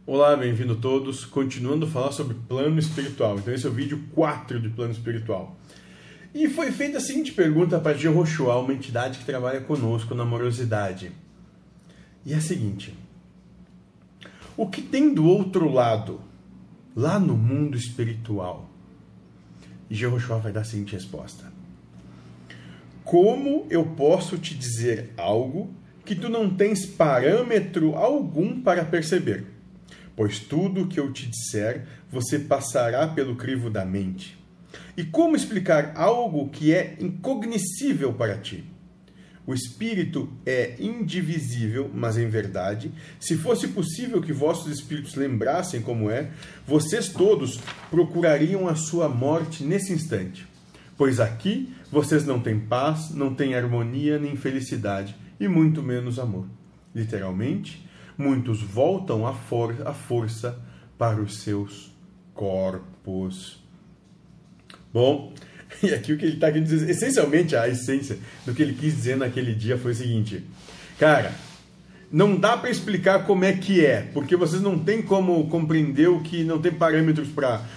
Olá, bem-vindo todos. Continuando a falar sobre plano espiritual. Então esse é o vídeo 4 de plano espiritual. E foi feita a seguinte pergunta para Jehoshua, uma entidade que trabalha conosco na amorosidade. E é a seguinte: o que tem do outro lado, lá no mundo espiritual? E Jehoshua vai dar a seguinte resposta: como eu posso te dizer algo que tu não tens parâmetro algum para perceber? Pois tudo o que eu te disser, você passará pelo crivo da mente. E como explicar algo que é incognoscível para ti? O espírito é indivisível, mas em verdade, se fosse possível que vossos espíritos lembrassem como é, vocês todos procurariam a sua morte nesse instante. Pois aqui vocês não têm paz, não têm harmonia nem felicidade, e muito menos amor. Literalmente, muitos voltam à força para os seus corpos. Bom, e aqui o que ele está querendo dizer, essencialmente a essência do que ele quis dizer naquele dia foi o seguinte: cara, não dá para explicar como é que é, porque vocês não têm como compreender o que não tem parâmetros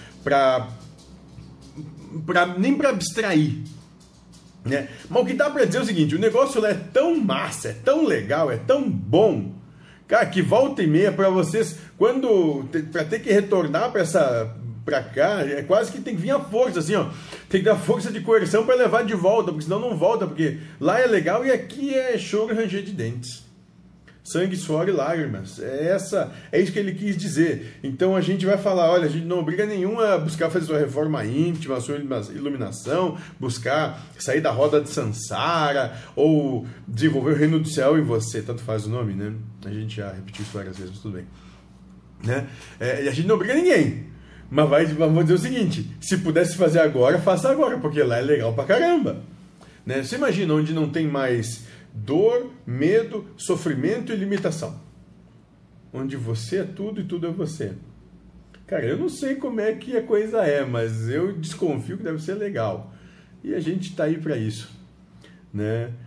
nem para abstrair, né? Mas o que dá para dizer é o seguinte: o negócio lá é tão massa, é tão legal, é tão bom, cara, que volta e meia para vocês, para ter que retornar para cá, é quase que tem que vir a força, assim, ó. Tem que dar força de coerção para levar de volta, porque senão não volta, porque lá é legal e aqui é choro e ranger de dentes. Sangue, suor e lágrimas. É isso que ele quis dizer. Então a gente vai falar, olha, a gente não obriga nenhum a buscar fazer sua reforma íntima, sua iluminação, buscar sair da roda de Sansara, ou desenvolver o reino do céu em você, tanto faz o nome, né? A gente já repetiu isso várias vezes, mas tudo bem. Né? A gente não obriga ninguém. Mas vamos dizer o seguinte: se pudesse fazer agora, faça agora, porque lá é legal pra caramba. Né? Você imagina onde não tem mais dor, medo, sofrimento e limitação. Onde você é tudo e tudo é você. Cara, eu não sei como é que a coisa é, mas eu desconfio que deve ser legal. E a gente tá aí pra isso. Né?